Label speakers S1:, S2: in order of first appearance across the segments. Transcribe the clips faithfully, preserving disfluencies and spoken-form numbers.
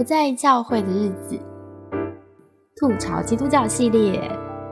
S1: 不在教会的日子，吐槽基督教系列。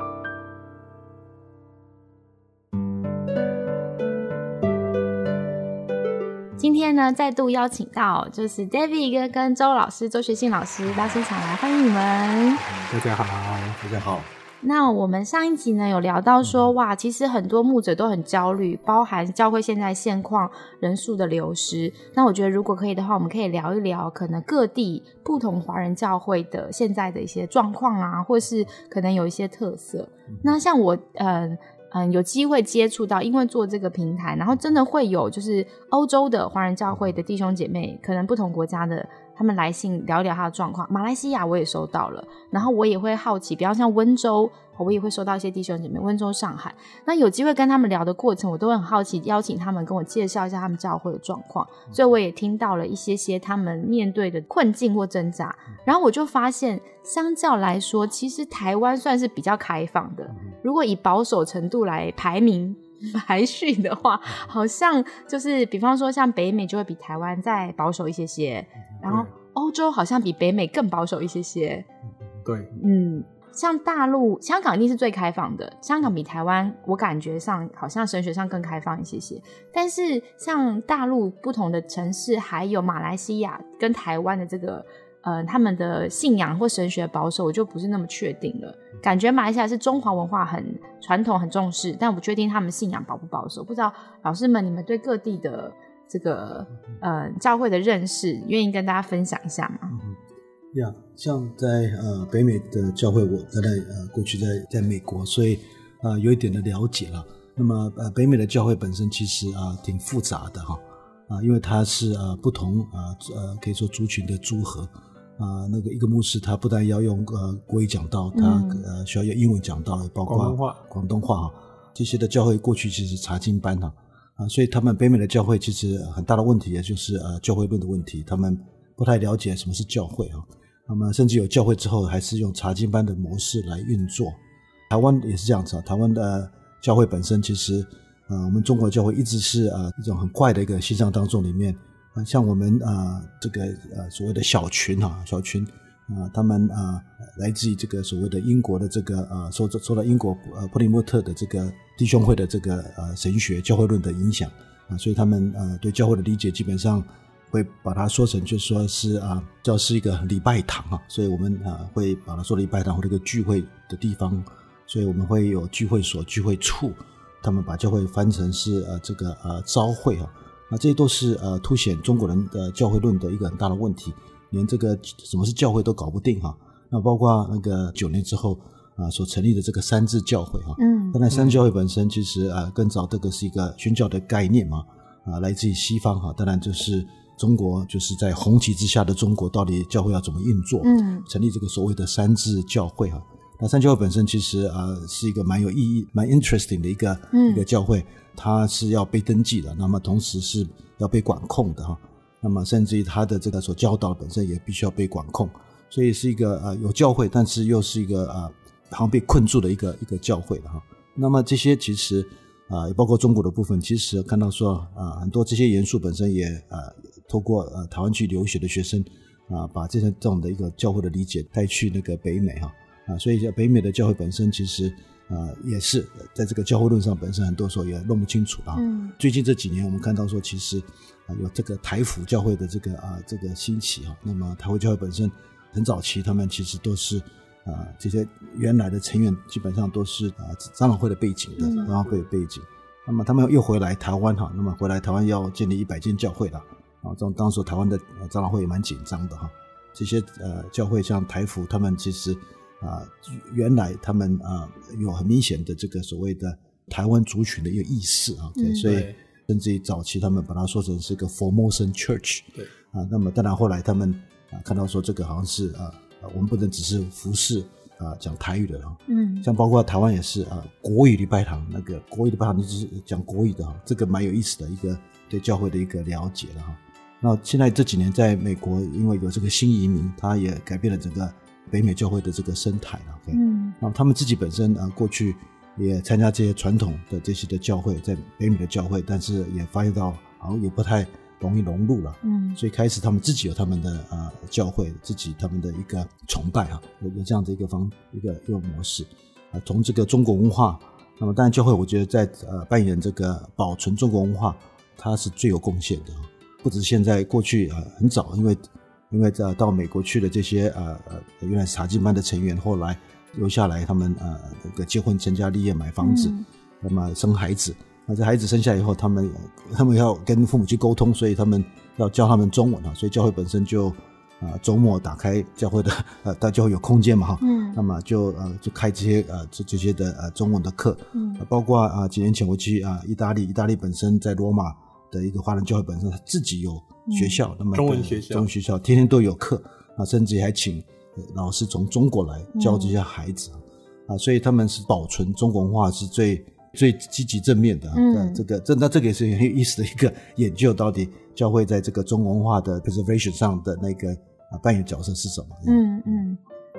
S1: 今天呢，再度邀请到就是 David 跟跟周老师、周学信老师到现场来，欢迎你们。
S2: 大家好，大家好。
S1: 那我们上一集呢有聊到说，哇，其实很多牧者都很焦虑，包含教会现在现况人数的流失。那我觉得如果可以的话，我们可以聊一聊可能各地不同华人教会的现在的一些状况啊，或是可能有一些特色。嗯、那像我嗯嗯有机会接触到，因为做这个平台，然后真的会有就是欧洲的华人教会的弟兄姐妹，可能不同国家的，他们来信聊一聊他的状况。马来西亚我也收到了，然后我也会好奇，比方像温州，我也会收到一些弟兄姐妹，温州、上海。那有机会跟他们聊的过程，我都会很好奇，邀请他们跟我介绍一下他们教会的状况，所以我也听到了一些些他们面对的困境或挣扎。然后我就发现，相较来说，其实台湾算是比较开放的。如果以保守程度来排名排序的话，好像就是比方说像北美就会比台湾再保守一些些，然后欧洲好像比北美更保守一些些。
S2: 对，
S1: 嗯，像大陆香港一定是最开放的，香港比台湾我感觉上好像神学上更开放一些些，但是像大陆不同的城市还有马来西亚跟台湾的这个呃，他们的信仰或神学保守我就不是那么确定了。感觉马来西亚是中华文化很传统很重视，但我不确定他们信仰保不保守。不知道老师们你们对各地的这个呃教会的认识愿意跟大家分享一下吗？
S2: 嗯呀、yeah, 像在呃北美的教会，我在呃过去在在美国，所以呃有一点的了解了。那么呃北美的教会本身其实啊、呃、挺复杂的哈啊、呃，因为它是呃不同啊 呃, 呃可以说族群的组合啊、呃。那个一个牧师他不但要用呃国语讲道，他、嗯、呃需要用英文讲道，包括
S3: 广东话
S2: 广东话哈。这些的教会过去其实查经班哈啊，所以他们北美的教会其实很大的问题，也就是呃教会论的问题，他们不太了解什么是教会哈。那么甚至有教会之后还是用查经班的模式来运作。台湾也是这样子啊，台湾的教会本身其实呃我们中国教会一直是呃一种很怪的一个现象当中里面、呃、像我们呃这个呃所谓的小群啊小群啊、呃、他们呃来自于这个所谓的英国的这个呃受受到英国呃普利莫特的这个弟兄会的这个呃神学教会论的影响啊、呃，所以他们呃对教会的理解基本上会把它说成就是说是啊，教是一个礼拜堂啊，所以我们啊会把它说礼拜堂或者一个聚会的地方，所以我们会有聚会所、聚会处，他们把教会翻成是呃这个呃召会啊，那这些都是呃凸显中国人的教会论的一个很大的问题，连这个什么是教会都搞不定哈、啊。那包括那个九年之后啊所成立的这个三自教会哈、啊，嗯，当然三自教会本身其实啊更早这个是一个宣教的概念嘛，啊来自于西方哈、啊，当然就是。中国就是在红旗之下的中国，到底教会要怎么运作？嗯，成立这个所谓的三自教会哈。那三教会本身其实啊、呃、是一个蛮有意义、蛮 interesting 的一个、嗯、一个教会，它是要被登记的，那么同时是要被管控的哈。那么甚至于它的这个所教导本身也必须要被管控，所以是一个呃有教会，但是又是一个啊、呃、好像被困住的一个一个教会的哈。那么这些其实啊、呃、也包括中国的部分，其实看到说啊、呃、很多这些元素本身也呃。透过呃台湾去留学的学生啊、呃，把这些这种的一个教会的理解带去那个北美哈啊，所以北美的教会本身其实呃也是在这个教会论上本身很多时候也弄不清楚啊。嗯，最近这几年我们看到说，其实啊、呃、有这个台府教会的这个啊、呃、这个兴起哈，那么台会教会本身很早期他们其实都是啊、呃、这些原来的成员基本上都是啊、呃、长老会的背景的，长老会的背景，那么他们又回来台湾哈，那么回来台湾要建立一百间教会了。啊，当当时台湾的长老会也蛮紧张的哈，这些呃教会像台府，他们其实啊、呃、原来他们啊、呃、有很明显的这个所谓的台湾族群的一个意识啊、嗯，所以甚至于早期他们把它说成是个 Formosan Church， 对啊，那么当然后来他们啊看到说这个好像是啊我们不能只是服侍啊讲台语的啊，嗯，像包括台湾也是啊国语礼拜堂，那个国语礼拜堂就是讲国语的哈，这个蛮有意思的一个对教会的一个了解了哈。那现在这几年在美国因为有这个新移民，它也改变了整个北美教会的这个生态了、okay? 嗯，那他们自己本身啊过去也参加这些传统的这些的教会，在北美的教会，但是也发现到好像也不太容易融入了，
S1: 嗯，
S2: 所以开始他们自己有他们的呃教会，自己他们的一个崇拜哈，有有这样的一个方一个一个模式啊。从这个中国文化，那么当然教会我觉得在呃扮演这个保存中国文化，它是最有贡献的，不止现在过去呃很早，因为因为呃到美国去的这些呃呃原来查经班的成员，后来留下来，他们呃这个结婚成家立业买房子，嗯、那么生孩子。那这孩子生下以后，他们他们要跟父母去沟通，所以他们要教他们中文啊。所以教会本身就啊、呃、周末打开教会的呃，大教会有空间嘛哈，嗯，那么就呃就开这些呃这这些的呃中文的课，嗯，包括啊、呃、几年前我去啊、呃、意大利，意大利本身在罗马的一个华人教会本身，他自己有学校，嗯、那么
S3: 中文学校，
S2: 中文学校天天都有课啊，甚至还请老师从中国来教这些孩子、嗯、啊，所以他们是保存中国文化是最。最积极正面的、啊嗯、这个这那这个也是很有意思的一个研究，到底教会在这个中国文化的 preservation 上的那个、啊、扮演角色是什么？
S1: 嗯嗯。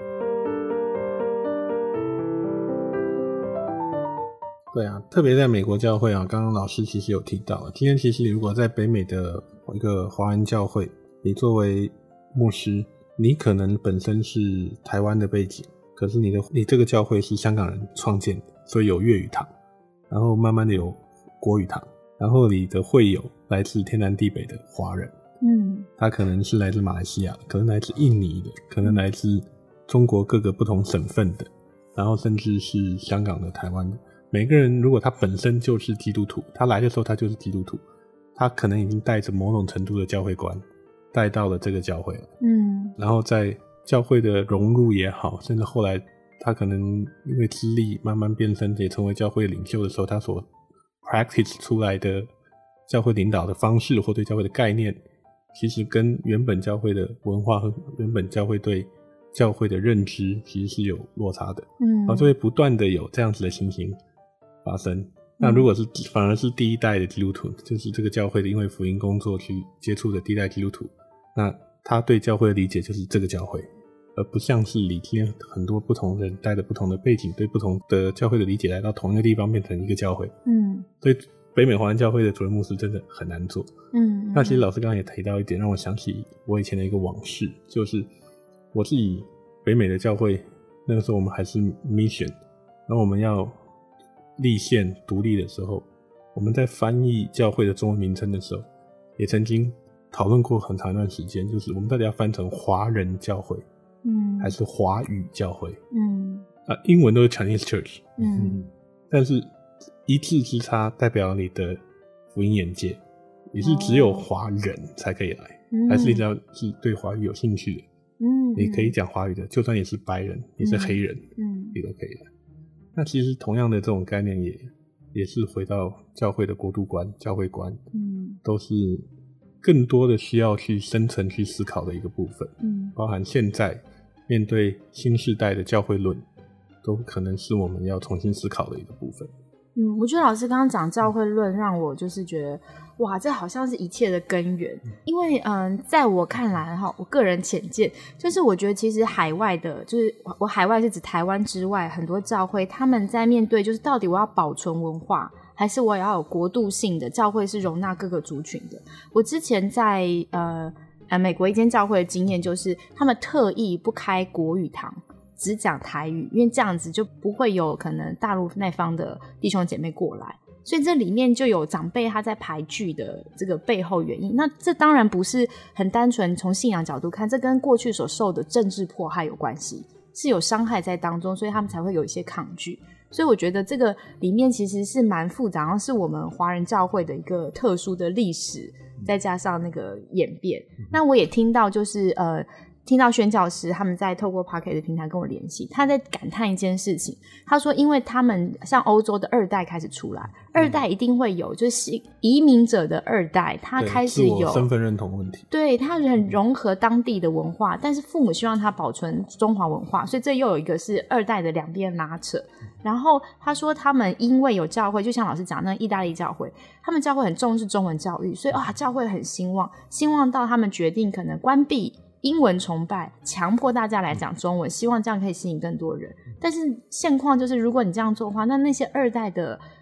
S3: 对啊，特别在美国教会啊，刚刚老师其实有提到，今天其实如果在北美的一个华人教会，你作为牧师，你可能本身是台湾的背景，可是你的你这个教会是香港人创建的，所以有粤语堂。然后慢慢的有国语堂，然后你的会友来自天南地北的华人，嗯，他可能是来自马来西亚，可能来自印尼的，可能来自中国各个不同省份的，然后甚至是香港的、台湾的。每个人如果他本身就是基督徒，他来的时候他就是基督徒，他可能已经带着某种程度的教会观带到了这个教会了，嗯，然后在教会的融入也好，甚至后来他可能因为资历慢慢变身，也成为教会领袖的时候，他所 practice 出来的教会领导的方式或对教会的概念，其实跟原本教会的文化和原本教会对教会的认知其实是有落差的，嗯，然后就会不断的有这样子的情形发生。那如果是反而是第一代的基督徒，就是这个教会的因为福音工作去接触的第一代基督徒，那他对教会的理解就是这个教会，而不像是你今天很多不同人带着不同的背景对不同的教会的理解来到同一个地方变成一个教会，嗯，所以北美华人教会的主任牧师真的很难做，嗯, 嗯那其实老师刚刚也提到一点，让我想起我以前的一个往事，就是我自己北美的教会，那个时候我们还是 mission， 然后我们要立宪独立的时候，我们在翻译教会的中文名称的时候，也曾经讨论过很长一段时间，就是我们到底要翻成华人教会嗯，还是华语教会，嗯，啊，英文都是 Chinese Church， 嗯，但是一字之差代表你的福音眼界，你是只有华人才可以来，嗯、还是你只要是对华语有兴趣的，嗯，你可以讲华语的，就算你是白人，你是黑人，嗯，你都可以来。那其实同样的这种概念也也是回到教会的国度观、教会观，嗯，都是更多的需要去深层去思考的一个部分，嗯，包含现在面对新世代的教会论，都可能是我们要重新思考的一个部分。
S1: 嗯，我觉得老师刚刚讲教会论，让我就是觉得，哇，这好像是一切的根源。因为，嗯，在我看来哈，我个人浅见，就是我觉得其实海外的，就是我海外是指台湾之外，很多教会他们在面对，就是到底我要保存文化，还是我也要有国度性的教会是容纳各个族群的。我之前在呃呃美国一间教会的经验，就是他们特意不开国语堂，只讲台语，因为这样子就不会有可能大陆那方的弟兄姐妹过来，所以这里面就有长辈他在排拒的这个背后原因。那这当然不是很单纯从信仰角度看，这跟过去所受的政治迫害有关系，是有伤害在当中，所以他们才会有一些抗拒。所以我觉得这个里面其实是蛮复杂，是我们华人教会的一个特殊的历史，再加上那个演变。那我也听到就是呃听到宣教师他们在透过 Podcast 的平台跟我联系，他在感叹一件事情，他说因为他们像欧洲的二代开始出来，二代一定会有就是移民者的二代，他开始有
S3: 身份认同问题，
S1: 对，他很融合当地的文化，但是父母希望他保存中华文化，所以这又有一个是二代的两边拉扯。然后他说他们因为有教会，就像老师讲那个意大利教会，他们教会很重视中文教育，所以哇，教会很兴旺，兴旺到他们决定可能关闭英文崇拜，强迫大家来讲中文，希望这样可以吸引更多人。但是现况就是如果你这样做的话，那那些二代的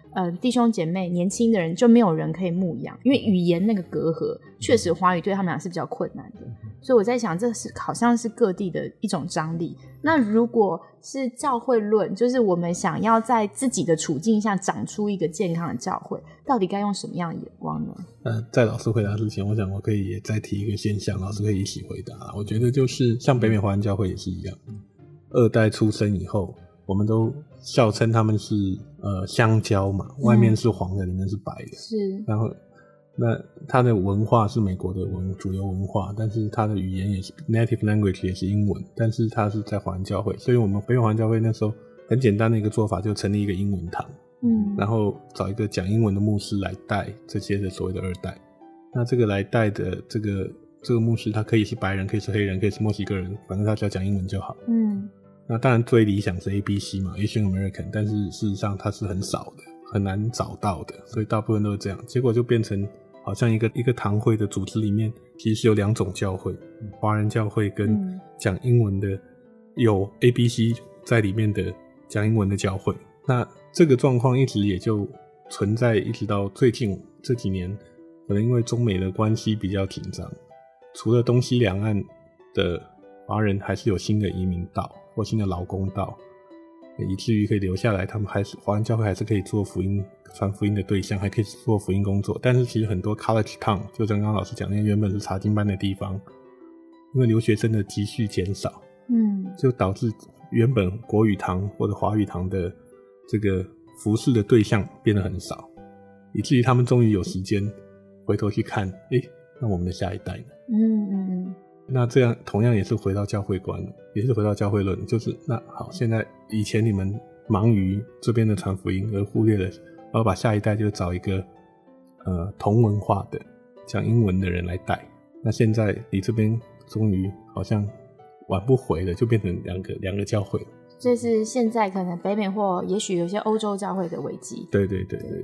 S1: 呃弟兄姐妹年轻的人就没有人可以牧养，因为语言那个隔阂确实华语对他们俩是比较困难的，所以我在想这是好像是各地的一种张力。那如果是教会论，就是我们想要在自己的处境下长出一个健康的教会，到底该用什么样的眼光呢？
S3: 呃，在老师回答之前，我想我可以也再提一个现象，老师可以一起回答。我觉得就是像北美华人教会也是一样，二代出生以后，我们都笑称他们是呃香蕉嘛，外面是黄的，里面是白的，
S1: 是，
S3: 然后那他的文化是美国的文主流文化，但是他的语言也是 native language 也是英文，但是他是在华人教会，所以我们北美华人教会那时候很简单的一个做法，就成立一个英文堂，嗯，然后找一个讲英文的牧师来带这些的所谓的二代。那这个来带的这个这个牧师，他可以是白人，可以是黑人，可以是墨西哥人，反正他只要讲英文就好，嗯。那当然最理想是 A B C 嘛 Asian American， 但是事实上它是很少的，很难找到的，所以大部分都是这样，结果就变成好像一个一个堂会的组织里面其实是有两种教会，华人教会跟讲英文的有 A B C 在里面的讲英文的教会。那这个状况一直也就存在，一直到最近这几年，可能因为中美的关系比较紧张，除了东西两岸的华人还是有新的移民到或新的劳工到，以至于可以留下来，他们还是华人教会还是可以做福音传福音的对象，还可以做福音工作。但是其实很多 college town 就像刚刚老师讲那些原本是查经班的地方，因为留学生的积蓄减少，嗯，就导致原本国语堂或者华语堂的这个服侍的对象变得很少，以至于他们终于有时间回头去看，诶，那我们的下一代呢？嗯嗯嗯。那这样同样也是回到教会观，也是回到教会论，就是那好，现在以前你们忙于这边的传福音而忽略了，然后把下一代就找一个呃同文化的讲英文的人来带，那现在你这边终于好像挽不回了，就变成两个两个教会了。
S1: 这是现在可能北美或也许有些欧洲教会的危机。
S3: 对对对对。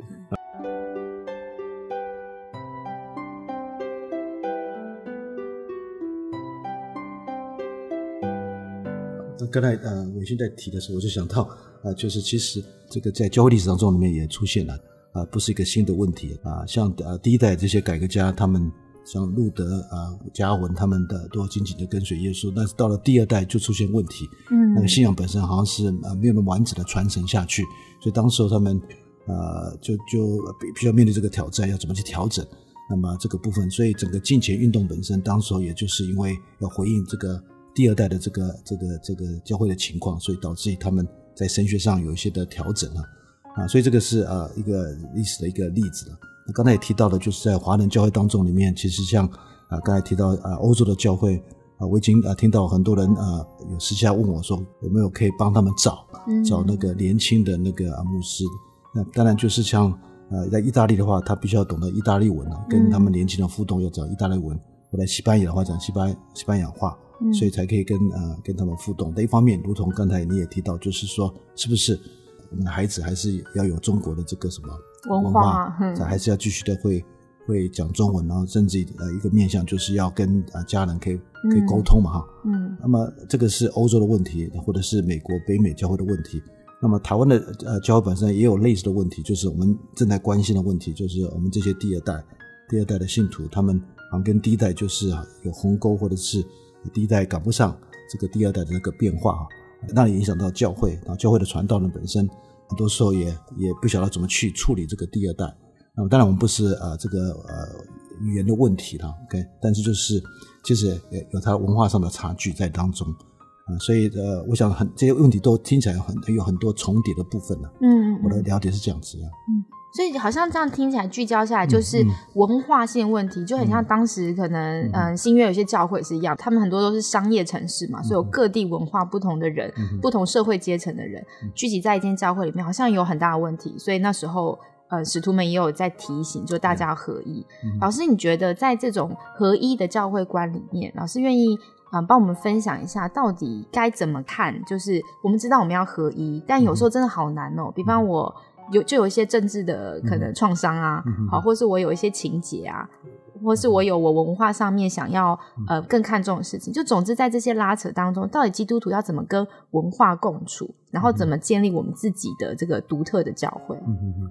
S2: 刚才呃伟勋在提的时候，我就想到呃，就是其实这个在教会历史当中里面也出现了啊、呃，不是一个新的问题啊、呃。像呃第一代这些改革家，他们像路德啊、呃、加尔文他们的都紧紧的跟随耶稣，但是到了第二代就出现问题，嗯，那个信仰本身好像是呃没有那么完整的传承下去，所以当时候他们呃就就必须要面对这个挑战，要怎么去调整。那么这个部分，所以整个禁钱运动本身，当时候也就是因为要回应这个。第二代的这个这个这个教会的情况，所以导致他们在神学上有一些的调整啊，啊，所以这个是呃一个历史的一个例子了。那刚才也提到的，就是在华人教会当中里面，其实像啊刚才提到啊欧洲的教会啊，我已经啊听到很多人啊有私下问我说有没有可以帮他们找、嗯、找那个年轻的那个、啊、牧师。那当然就是像呃在意大利的话，他必须要懂得意大利文啊，跟他们年轻人互动要讲意大利文，或在西班牙的话讲西班西班牙话。嗯、所以才可以跟呃跟他们互动。的一方面，如同刚才你也提到，就是说，是不是我们的孩子还是要有中国的这个什么文化，文化还是要继续的会会讲中文，然后甚至呃一个面向就是要跟呃家人可以可以沟通嘛哈。嗯。那么这个是欧洲的问题，或者是美国北美教会的问题。那么台湾的呃教会本身也有类似的问题，就是我们正在关心的问题，就是我们这些第二代第二代的信徒，他们好像跟第一代就是有鸿沟，或者是第一代赶不上这个第二代的那个变化，那也影响到教会，然后教会的传道人本身很多时候也也不晓得怎么去处理这个第二代。那么当然我们不是呃这个呃语言的问题了 ，OK， 但是就是其实也有它文化上的差距在当中啊、呃，所以呃我想很这些问题都听起来很有很多重叠的部分了。嗯，我的了解是这样子啊。嗯。
S1: 所以好像这样听起来聚焦下来就是文化性问题，嗯嗯、就很像当时可能嗯、呃、新约有些教会是一样，他们很多都是商业城市嘛，嗯、所以有各地文化不同的人、嗯、不同社会阶层的人、嗯、聚集在一间教会里面，好像有很大的问题。所以那时候呃使徒们也有在提醒，就大家合一。嗯、老师，你觉得在这种合一的教会观里面，老师愿意啊、呃、帮我们分享一下到底该怎么看？就是我们知道我们要合一，但有时候真的好难哦。比方我有就有一些政治的可能创伤啊、嗯、好，或是我有一些情节啊，或是我有我文化上面想要呃更看重的事情，就总之在这些拉扯当中，到底基督徒要怎么跟文化共处，然后怎么建立我们自己的这个独特的教会。
S2: 嗯嗯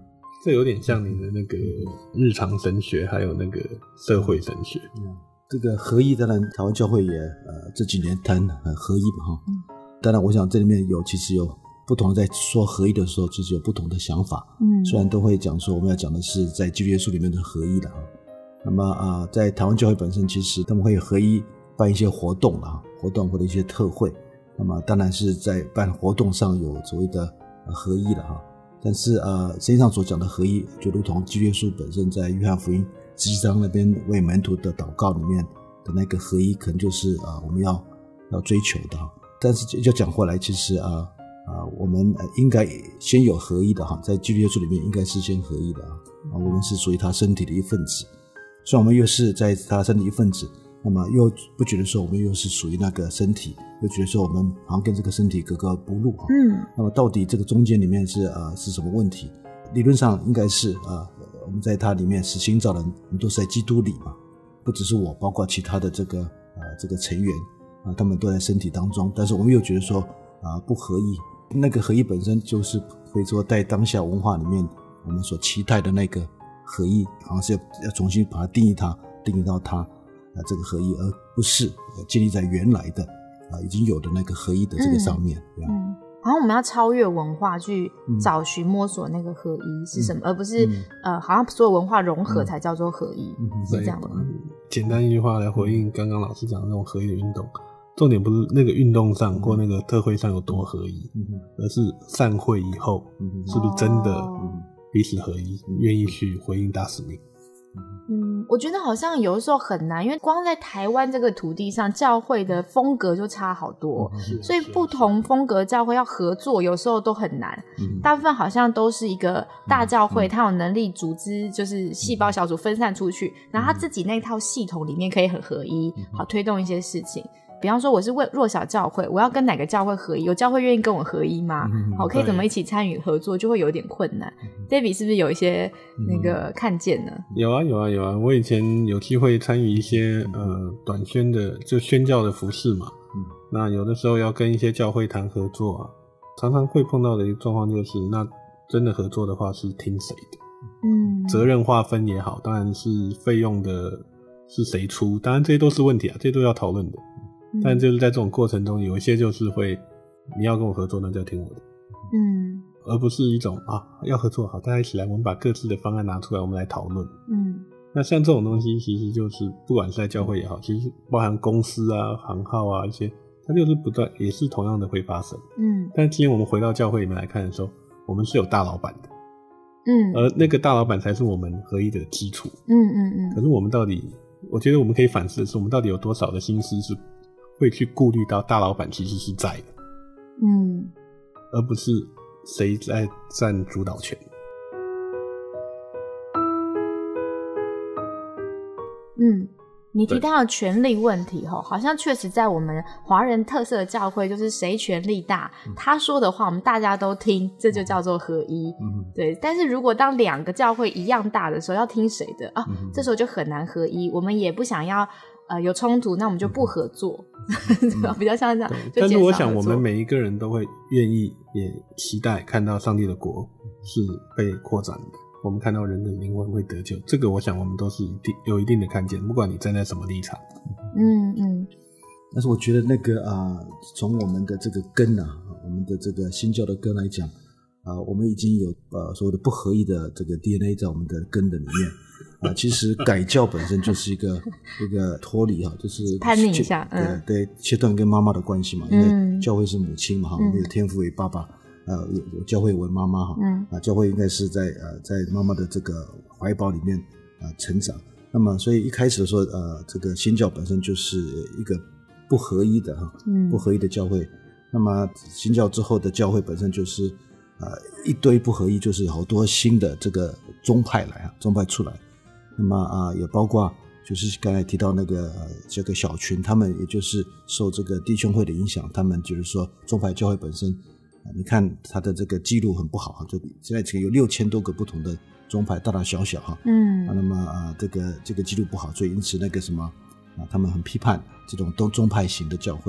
S3: 这有点像你的那个日常神学还有那个社会神学。
S2: 嗯，这个合一当然台湾教会也呃这几年谈呃合一嘛哈、嗯，当然我想这里面有其实有不同的在说合一的时候其实有不同的想法，嗯，虽然都会讲说我们要讲的是在基督耶稣里面的合一的哈，那么啊、呃、在台湾教会本身其实他们会合一办一些活动啦，活动或者一些特会，那么当然是在办活动上有所谓的、呃、合一了哈。但是呃，圣经上所讲的合一，就如同基督耶稣本身在约翰福音十七章那边为门徒的祷告里面的那个合一，可能就是啊、呃、我们要要追求的哈。但是就讲回来，其实啊啊、呃呃、我们应该先有合一的哈，在基督耶稣里面应该是先合一的啊。我们是属于他身体的一份子，虽然我们又是在他身体一份子，那么又不觉得说我们又是属于那个身体，又觉得说我们好像跟这个身体格格不入。嗯，那么到底这个中间里面是呃是什么问题？理论上应该是呃我们在它里面是新造的人，我们都是在基督里嘛，不只是我，包括其他的这个呃这个成员啊、呃，他们都在身体当中。但是我们又觉得说啊、呃、不合一，那个合一本身就是可以说在当下文化里面我们所期待的那个合一，好像是要要重新把它定义它，定义到它。啊，这个合一，而不是建立在原来的啊已经有的那个合一的这个上面。嗯，
S1: 嗯好像我们要超越文化去找寻摸索那个合一是什么，嗯、而不是、嗯、呃，好像所有文化融合才叫做合一，嗯、是这样的吗？
S3: 简单一句话来回应刚刚老师讲的那种合一的运动，重点不是那个运动上、嗯、或那个特会上有多合一，嗯、而是散会以后、嗯、是不是真的彼此合一，愿、嗯、意去回应大使命。
S1: 嗯，我觉得好像有的时候很难，因为光在台湾这个土地上，教会的风格就差好多，嗯、所以不同风格教会要合作，有时候都很难。嗯、大部分好像都是一个大教会，他、嗯、有能力组织，就是细胞小组分散出去，然后他自己那套系统里面可以很合一，好推动一些事情。比方说我是为弱小教会，我要跟哪个教会合一，有教会愿意跟我合一吗？嗯、好，可以怎么一起参与合作，就会有点困难。嗯、David 是不是有一些那个看见呢？
S3: 嗯、有啊有啊有啊，我以前有机会参与一些呃短宣的就宣教的服事嘛，嗯、那有的时候要跟一些教会谈合作啊，常常会碰到的一个状况就是，那真的合作的话是听谁的？嗯，责任划分也好，当然是费用的是谁出，当然这些都是问题啊，这些都要讨论的。但就是在这种过程中，有一些就是会，你要跟我合作，那就要听我的，嗯，而不是一种啊要合作好，大家一起来，我们把各自的方案拿出来，我们来讨论，嗯，那像这种东西，其实就是不管是在教会也好，其实包含公司啊、行号啊一些，它就是不断也是同样的会发生，嗯，但今天我们回到教会里面来看的时候，我们是有大老板的，嗯，而那个大老板才是我们合一的基础，嗯嗯嗯，可是我们到底，我觉得我们可以反思的是，我们到底有多少的心思是会去顾虑到大老板其实是在的，嗯，而不是谁在占主导权。
S1: 嗯，你提到的权力问题吼，好像确实在我们华人特色的教会，就是谁权力大，嗯、他说的话我们大家都听，这就叫做合一。嗯、对，但是如果当两个教会一样大的时候，要听谁的啊？嗯、这时候就很难合一。我们也不想要。呃，有冲突，那我们就不合作，嗯、比较像这样。
S3: 但是我想，我们每一个人都会愿意，也期待看到上帝的国是被扩展的。我们看到人的灵魂会得救，这个我想我们都是一定有一定的看见，不管你站在什么立场。嗯
S2: 嗯。但是我觉得那个啊，从我们的这个根啊，我们的这个新教的根来讲啊，我们已经有呃所谓的不合一的这个 D N A 在我们的根的里面。啊，其实改教本身就是一个一个脱离哈，就是
S1: 叛逆一下，
S2: 嗯，对，对，切断跟妈妈的关系嘛，因为教会是母亲嘛，哈、嗯，我们有天父为爸爸，呃，有有教会为妈妈哈，嗯，啊，教会应该是在呃在妈妈的这个怀抱里面啊、呃、成长，那么所以一开始的时候，呃，这个新教本身就是一个不合一的哈，嗯，不合一的教会，那么新教之后的教会本身就是呃一堆不合一，就是好多新的这个宗派来啊，宗派出来。那么啊、呃，也包括就是刚才提到那个、呃、这个小群，他们也就是受这个弟兄会的影响，他们就是说宗派教会本身，呃、你看他的这个记录很不好，就现在有六千多个不同的宗派，大大小小哈，嗯，啊、那么啊、呃、这个这个记录不好，所以因此那个什么啊，他们很批判这种东宗派型的教会，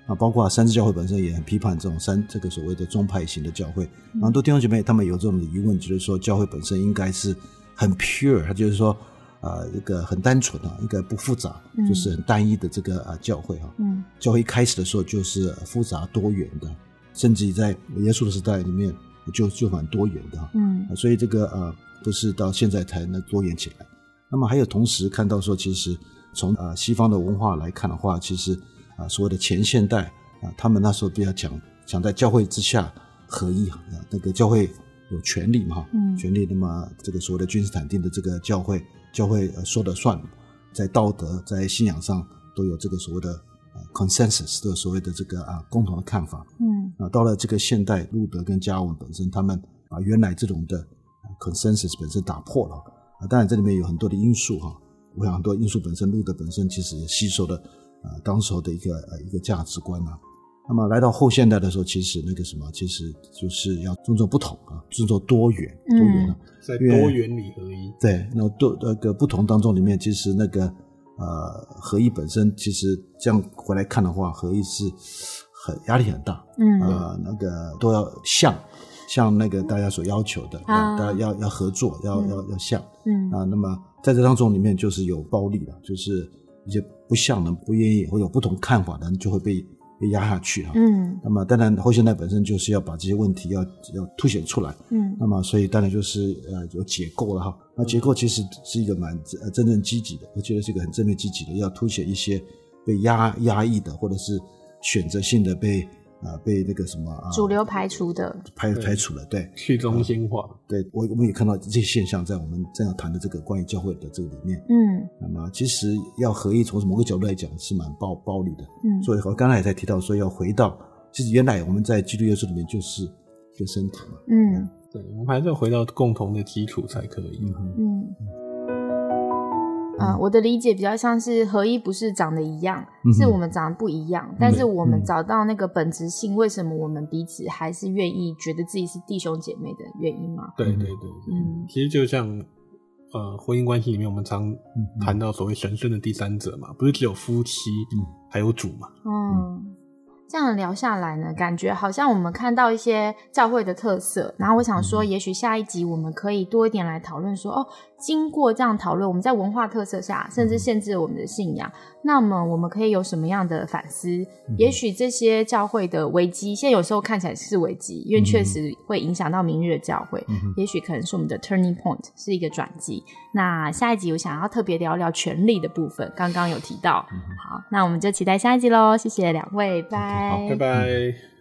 S2: 啊，包括三自教会本身也很批判这种三这个所谓的宗派型的教会。很多弟兄姐妹他们有这种疑问，就是说教会本身应该是很 pure， 它就是说呃一个很单纯啊，一个不复杂，
S1: 嗯、
S2: 就是很单一的这个啊教会啊。嗯，教会一开始的时候就是复杂多元的，甚至在耶稣的时代里面就就蛮多元的。嗯，啊、所以这个呃不是到现在才能多元起来。那么还有同时看到说，其实从呃西方的文化来看的话，其实啊所谓的前现代啊，他们那时候比较讲讲在教会之下合一啊，那个教会有权力嘛，嗯，权力，那么这个所谓的君士坦丁的这个教会，教会呃说了算，在道德在信仰上都有这个所谓的呃 consensus 的所谓的这个啊共同的看法，嗯，啊到了这个现代，路德跟加尔文本身他们把原来这种的 consensus 本身打破了。当然这里面有很多的因素哈，我想很多因素本身，路德本身其实也吸收了呃当时候的一个呃一个价值观啊。那么来到后现代的时候，其实那个什么，其实就是要尊重不同啊，尊重多元，多元啊，
S3: 在多元里合一。
S2: 对，那多那个不同当中里面，其实那个呃合一本身，其实这样回来看的话，合一是很压力很大，嗯，呃那个都要像。像那个大家所要求的，啊、大家要要合作，要、嗯、要要像，嗯啊，那么在这当中里面就是有暴力的，就是一些不像人、不愿意或有不同看法的人就会被被压下去哈，嗯，那么当然后现代本身就是要把这些问题要要凸显出来，嗯，那么所以当然就是呃有解构了哈，那结构其实是一个蛮呃真正积极的，我觉得是一个很正面积极的，要凸显一些被压压抑的或者是选择性的被。啊，被那个什么、啊、
S1: 主流排除的，
S2: 排排除了，对，
S3: 去中心化。
S2: 呃、对，我我们也看到这些现象在我们这样谈的这个关于教会的这个里面。嗯，那么其实要合一，从某个角度来讲是蛮暴暴力的。嗯，所以我刚才也在提到说要回到，其实原来我们在基督耶稣里面就是一个身体嘛。
S3: 嗯，对，我们还是要回到共同的基础才可以。嗯。嗯
S1: 呃，我的理解比较像是合一不是长得一样，嗯、是我们长得不一样，嗯、但是我们找到那个本质性，为什么我们彼此还是愿意觉得自己是弟兄姐妹的原因嘛？
S3: 对对对，嗯，其实就像呃婚姻关系里面，我们常谈到所谓神圣的第三者嘛，不是只有夫妻，嗯、还有主嘛。嗯。
S1: 这样聊下来呢，感觉好像我们看到一些教会的特色，然后我想说也许下一集我们可以多一点来讨论说，哦，经过这样讨论，我们在文化特色下甚至限制了我们的信仰，那么我们可以有什么样的反思？也许这些教会的危机现在有时候看起来是危机，因为确实会影响到明日的教会，也许可能是我们的 turning point， 是一个转机。那下一集我想要特别聊聊权力的部分，刚刚有提到。好，那我们就期待下一集咯，谢谢两位，拜。
S3: 好，拜拜。